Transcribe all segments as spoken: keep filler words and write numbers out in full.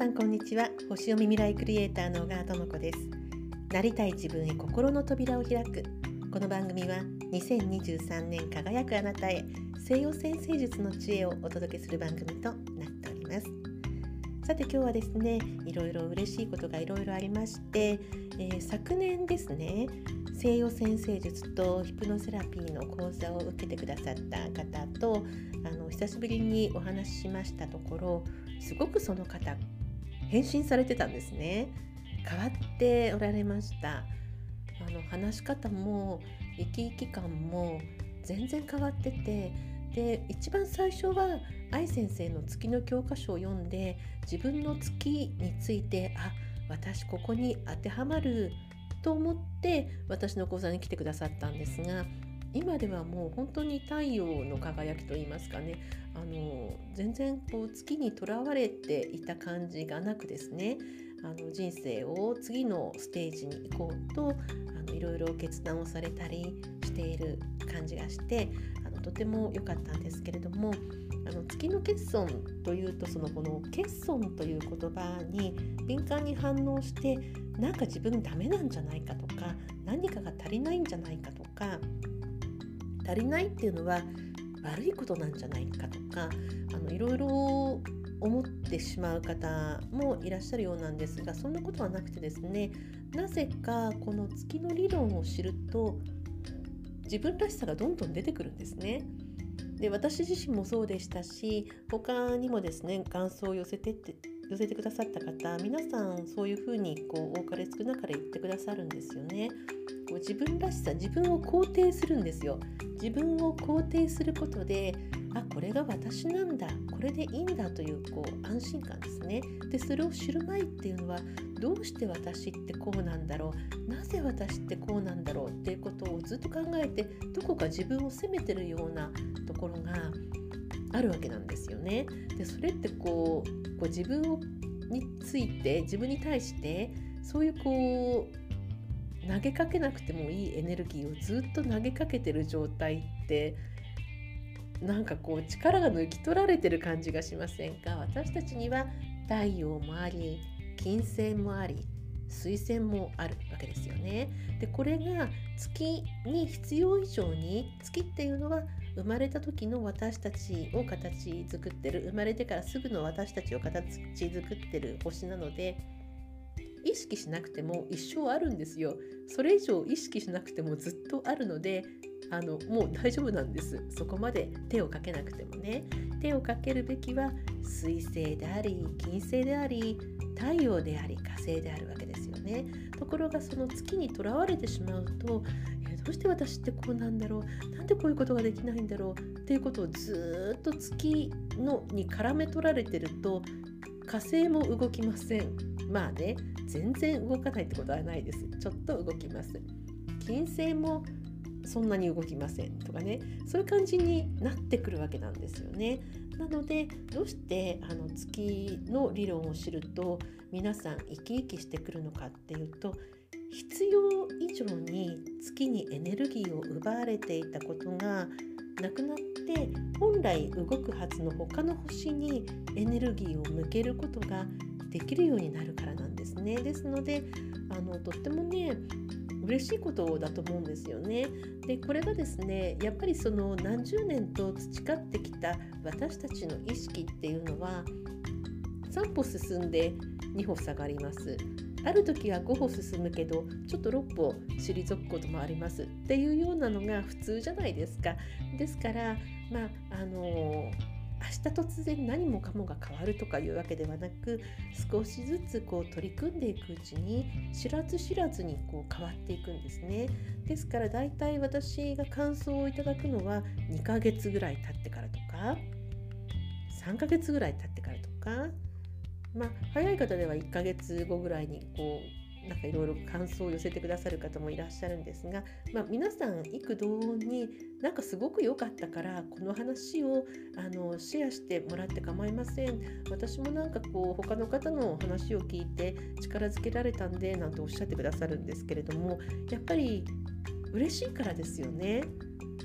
さんこんにちは。星読み未来クリエイターの小川智子です。なりたい自分へ心の扉を開く。この番組はにせんにじゅうさんねん輝くあなたへ西洋占星術の知恵をお届けする番組となっております。さて今日はですね、いろいろ嬉しいことがいろいろありまして、えー、昨年ですね、西洋占星術とヒプノセラピーの講座を受けてくださった方とあの久しぶりにお話ししましたところ、すごくその方返信されてたんですね。変わっておられました。あの話し方も生き生き感も全然変わってて、で一番最初は愛先生の月の教科書を読んで自分の月について、あ、私ここに当てはまると思って私の講座に来てくださったんですが、今ではもう本当に太陽の輝きといいますかね、あの全然こう月にとらわれていた感じがなくですね、あの人生を次のステージに行こうとあのいろいろ決断をされたりしている感じがして、あのとても良かったんですけれども、あの月の欠損というと、そのこの欠損という言葉に敏感に反応して、なんか自分ダメなんじゃないかとか、何かが足りないんじゃないかとか、足りないっていうのは悪いことなんじゃないかとか、あのいろいろ思ってしまう方もいらっしゃるようなんですが、そんなことはなくてですね、なぜかこの月の理論を知ると自分らしさがどんどん出てくるんですね。で、私自身もそうでしたし、他にもですね、感想を寄せてって寄せてくださった方、皆さんそういうふうにこう多かれ少なかれ言ってくださるんですよね。こう自分らしさ、自分を肯定するんですよ。自分を肯定することで、あ、これが私なんだ、これでいいんだという、こう安心感ですね。で、それを知る前っていうのは、どうして私ってこうなんだろう、なぜ私ってこうなんだろうっていうことをずっと考えて、どこか自分を責めてるようなところがあるわけなんですよね。で、それってこう、こう自分について、自分に対してそういうこう投げかけなくてもいいエネルギーをずっと投げかけてる状態って、なんかこう力が抜き取られてる感じがしませんか？私たちには太陽もあり、金星もあり、水星もあるわけですよね。で、これが月に必要以上に、月っていうのは生まれた時の私たちを形作ってる、生まれてからすぐの私たちを形作ってる星なので、意識しなくても一生あるんですよ。それ以上意識しなくてもずっとあるので、あのもう大丈夫なんです。そこまで手をかけなくてもね。手をかけるべきは水星であり、金星であり、太陽であり、火星であるわけですよね。ところがその月にとらわれてしまうと、えどうして私ってこうなんだろう、なんでこういうことができないんだろうっていうことをずっと月のに絡め取られてると、火星も動きません。まあね、全然動かないってことはないです。ちょっと動きます。金星もそんなに動きませんとかね、そういう感じになってくるわけなんですよね。なので、どうしてあの月の理論を知ると皆さん生き生きしてくるのかっていうと、必要以上に月にエネルギーを奪われていたことがなくなって、本来動くはずの他の星にエネルギーを向けることができるようになるからなんですね。ですので、あのとってもね、嬉しいことだと思うんですよね。で、これがですね、やっぱりその何十年と培ってきた私たちの意識っていうのは、さん歩進んでに歩下がります。ある時はご歩進むけど、ちょっとろっ歩退くこともありますっていうようなのが普通じゃないですか。ですから、まああの明日突然何もかもが変わるとかいうわけではなく、少しずつこう取り組んでいくうちに、知らず知らずにこう変わっていくんですね。ですから、だいたい私が感想をいただくのはにかげつぐらい経ってからとか、さんかげつぐらい経ってからとか、まあ早い方ではいっかげつごぐらいにこうなんかいろいろ感想を寄せてくださる方もいらっしゃるんですが、まあ、皆さん幾度になんかすごく良かったからこの話をあのシェアしてもらって構いません、私もなんかこう他の方の話を聞いて力づけられたんでなんておっしゃってくださるんですけれども、やっぱり嬉しいからですよね。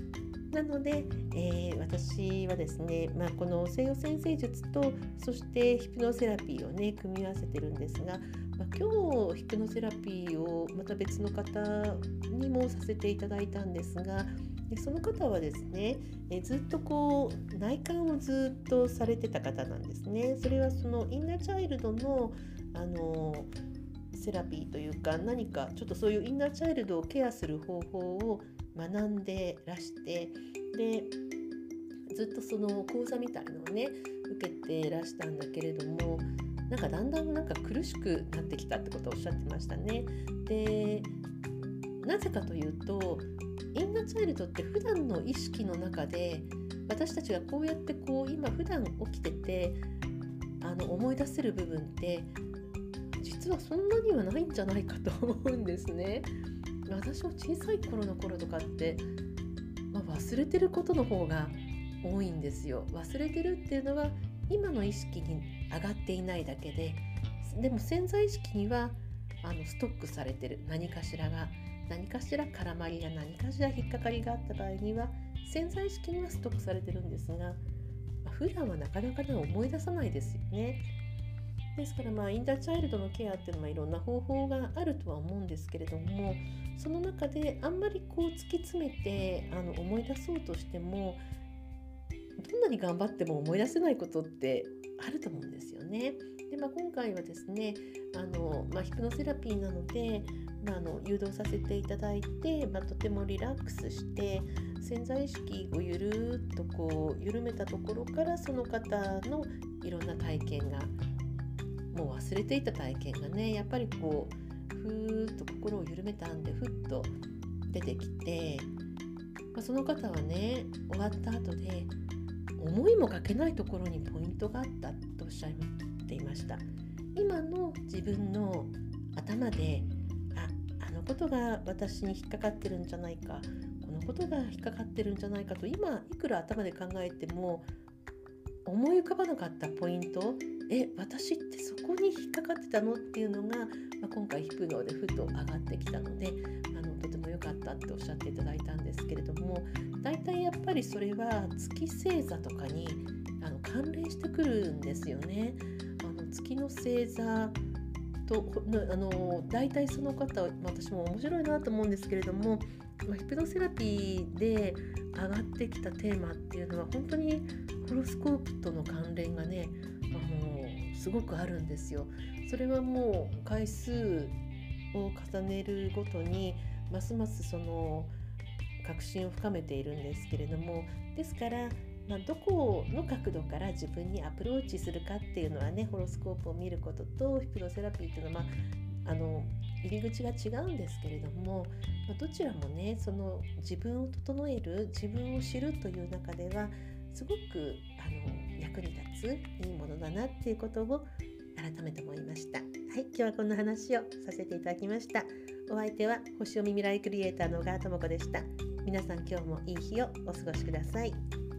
なので、えー、私はですね、まあ、この西洋占星術とそしてヒプノセラピーをね組み合わせてるんですが、まあ、今日ヒプノセラピーをまた別の方にもさせていただいたんですが、でその方はですね、えずっとこう内観をずっとされてた方なんですね。それはそのインナーチャイルドのあのセラピーというか、何かちょっとそういうインナーチャイルドをケアする方法を学んでらして、でずっとその講座みたいのをね受けてらしたんだけれども、なんかだんだんなんか苦しくなってきたってことをおっしゃってましたね。でなぜかというと、インナーチャイルドって普段の意識の中で私たちがこうやってこう今普段起きててあの思い出せる部分って実はそんなにはないんじゃないかと思うんですね。私も小さい頃の頃とかって、まあ、忘れてることの方が多いんですよ。忘れてるっていうのは今の意識に上がっていないだけで、でも潜在意識にはあのストックされてる何かしらが何かしら絡まりや何かしら引っかかりがあった場合には潜在意識にはストックされてるんですが、まあ、普段はなかなか、ね、思い出さないですよね。ですから、まあ、インナーチャイルドのケアっていうのはいろんな方法があるとは思うんですけれども、その中であんまりこう突き詰めてあの思い出そうとしても、どんなに頑張っても思い出せないことってあると思うんですよね。で、まあ、今回はですね、あの、まあ、ヒプノセラピーなので、まあ、あの誘導させていただいて、まあ、とてもリラックスして潜在意識をゆるっとこう緩めたところから、その方のいろんな体験が、もう忘れていた体験がね、やっぱりこうふーっと心を緩めたんでふっと出てきて、まあ、その方はね終わった後で思いもかけないところにポイントがあったとおっしゃっていました。今の自分の頭で、あ、あのことが私に引っかかってるんじゃないか、このことが引っかかってるんじゃないかと、今いくら頭で考えても思い浮かばなかったポイント、え、私ってそこに引っかかってたのっていうのが、まあ、今回ヒプノでふと上がってきたので、あのとても良かったっておっしゃっていただいたんですけれども、だいたいやっぱりそれは月星座とかにあの関連してくるんですよね。あの月の星座とあのだいたいその方、私も面白いなと思うんですけれども、まあ、ヒプノセラピーで上がってきたテーマっていうのは本当にホロスコープとの関連がね、あのすごくあるんですよ。それはもう回数を重ねるごとにますますその確信を深めているんですけれども、ですから、まあ、どこの角度から自分にアプローチするかっていうのはね、ホロスコープを見ることとヒプノセラピーっていうのは、まあ、あの入り口が違うんですけれども、まあ、どちらもね、その自分を整える、自分を知るという中ではすごくあの役に立ついいものだなっていうことを改めて思いました。はい、今日はこんな話をさせていただきました。お相手は星読み未来クリエイターの小川智子でした。皆さん、今日もいい日をお過ごしください。